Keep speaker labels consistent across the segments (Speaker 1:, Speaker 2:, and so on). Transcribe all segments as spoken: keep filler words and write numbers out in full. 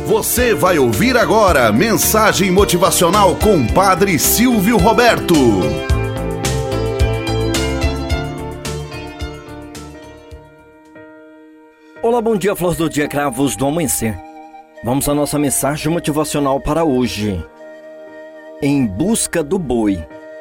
Speaker 1: Você vai ouvir agora mensagem motivacional com Padre Silvio Roberto.
Speaker 2: Olá, bom dia, flor do dia, cravos do amanhecer. Vamos à nossa mensagem motivacional para hoje. Em busca do boi.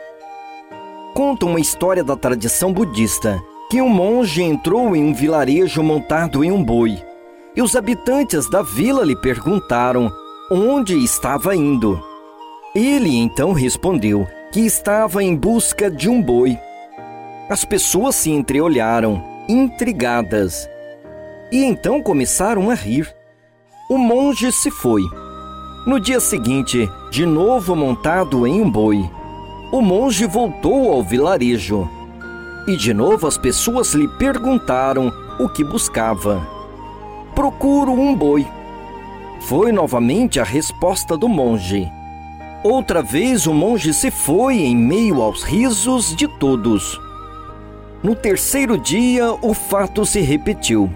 Speaker 2: Conta uma história da tradição budista que um monge entrou em um vilarejo montado em um boi. E os habitantes da vila lhe perguntaram onde estava indo. Ele então respondeu que estava em busca de um boi. As pessoas se entreolharam, intrigadas, e então começaram a rir. O monge se foi. No dia seguinte, de novo montado em um boi, o monge voltou ao vilarejo. E de novo as pessoas lhe perguntaram o que buscava. Procuro um boi. Foi novamente a resposta do monge. Outra vez o monge se foi em meio aos risos de todos. No terceiro dia o fato se repetiu.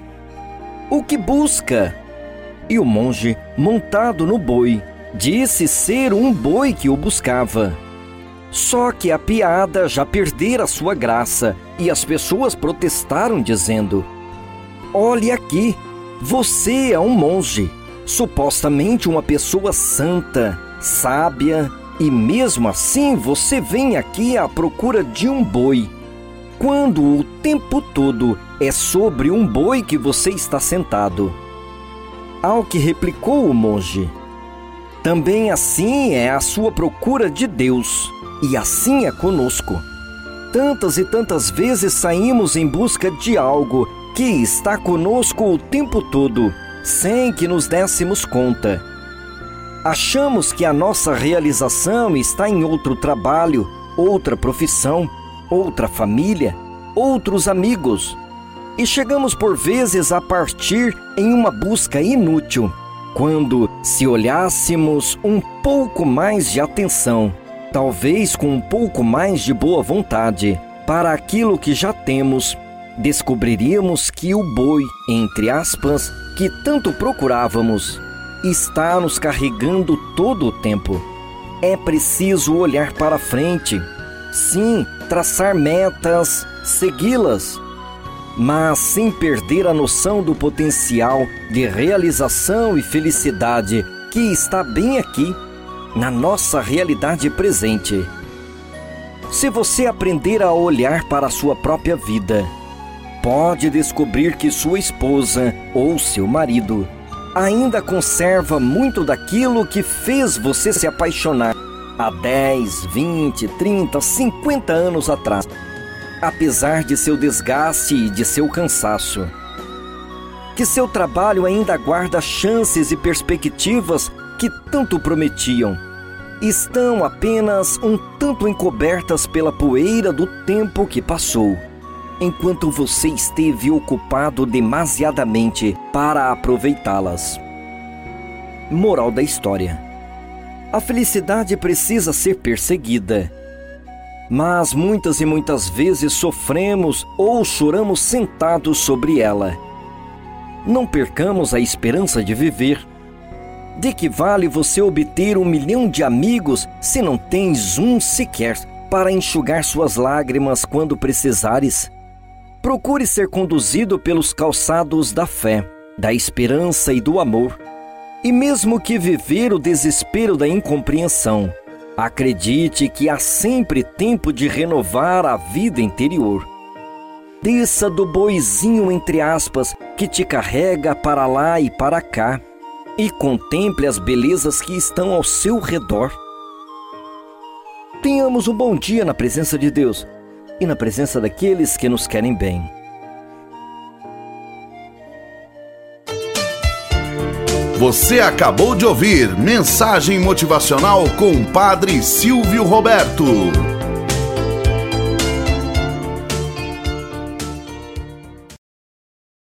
Speaker 2: O que busca? E o monge, montado no boi, disse ser um boi que o buscava. Só que a piada já perdera sua graça e as pessoas protestaram dizendo: olhe aqui, você é um monge, supostamente uma pessoa santa, sábia, e mesmo assim você vem aqui à procura de um boi, quando o tempo todo é sobre um boi que você está sentado. Ao que replicou o monge: também assim é a sua procura de Deus, e assim é conosco. Tantas e tantas vezes saímos em busca de algo que está conosco o tempo todo, sem que nos dessemos conta. Achamos que a nossa realização está em outro trabalho, outra profissão, outra família, outros amigos. E chegamos por vezes a partir em uma busca inútil, quando, se olhássemos um pouco mais de atenção, talvez com um pouco mais de boa vontade, para aquilo que já temos, descobriríamos que o boi, entre aspas, que tanto procurávamos, está nos carregando todo o tempo. É preciso olhar para frente, sim, traçar metas, segui-las, mas sem perder a noção do potencial de realização e felicidade que está bem aqui, na nossa realidade presente. Se você aprender a olhar para a sua própria vida, pode descobrir que sua esposa ou seu marido ainda conserva muito daquilo que fez você se apaixonar há dez, vinte, trinta, cinquenta anos atrás, apesar de seu desgaste e de seu cansaço. Que seu trabalho ainda guarda chances e perspectivas que tanto prometiam. Estão apenas um tanto encobertas pela poeira do tempo que passou, enquanto você esteve ocupado demasiadamente para aproveitá-las. Moral da história: a felicidade precisa ser perseguida, mas muitas e muitas vezes sofremos ou choramos sentados sobre ela. Não percamos a esperança de viver. De que vale você obter um milhão de amigos se não tens um sequer para enxugar suas lágrimas quando precisares? Procure ser conduzido pelos calçados da fé, da esperança e do amor. E mesmo que viver o desespero da incompreensão, acredite que há sempre tempo de renovar a vida interior. Desça do boizinho, entre aspas, que te carrega para lá e para cá, e contemple as belezas que estão ao seu redor. Tenhamos um bom dia na presença de Deus e na presença daqueles que nos querem bem.
Speaker 1: Você acabou de ouvir Mensagem Motivacional com Padre Silvio Roberto.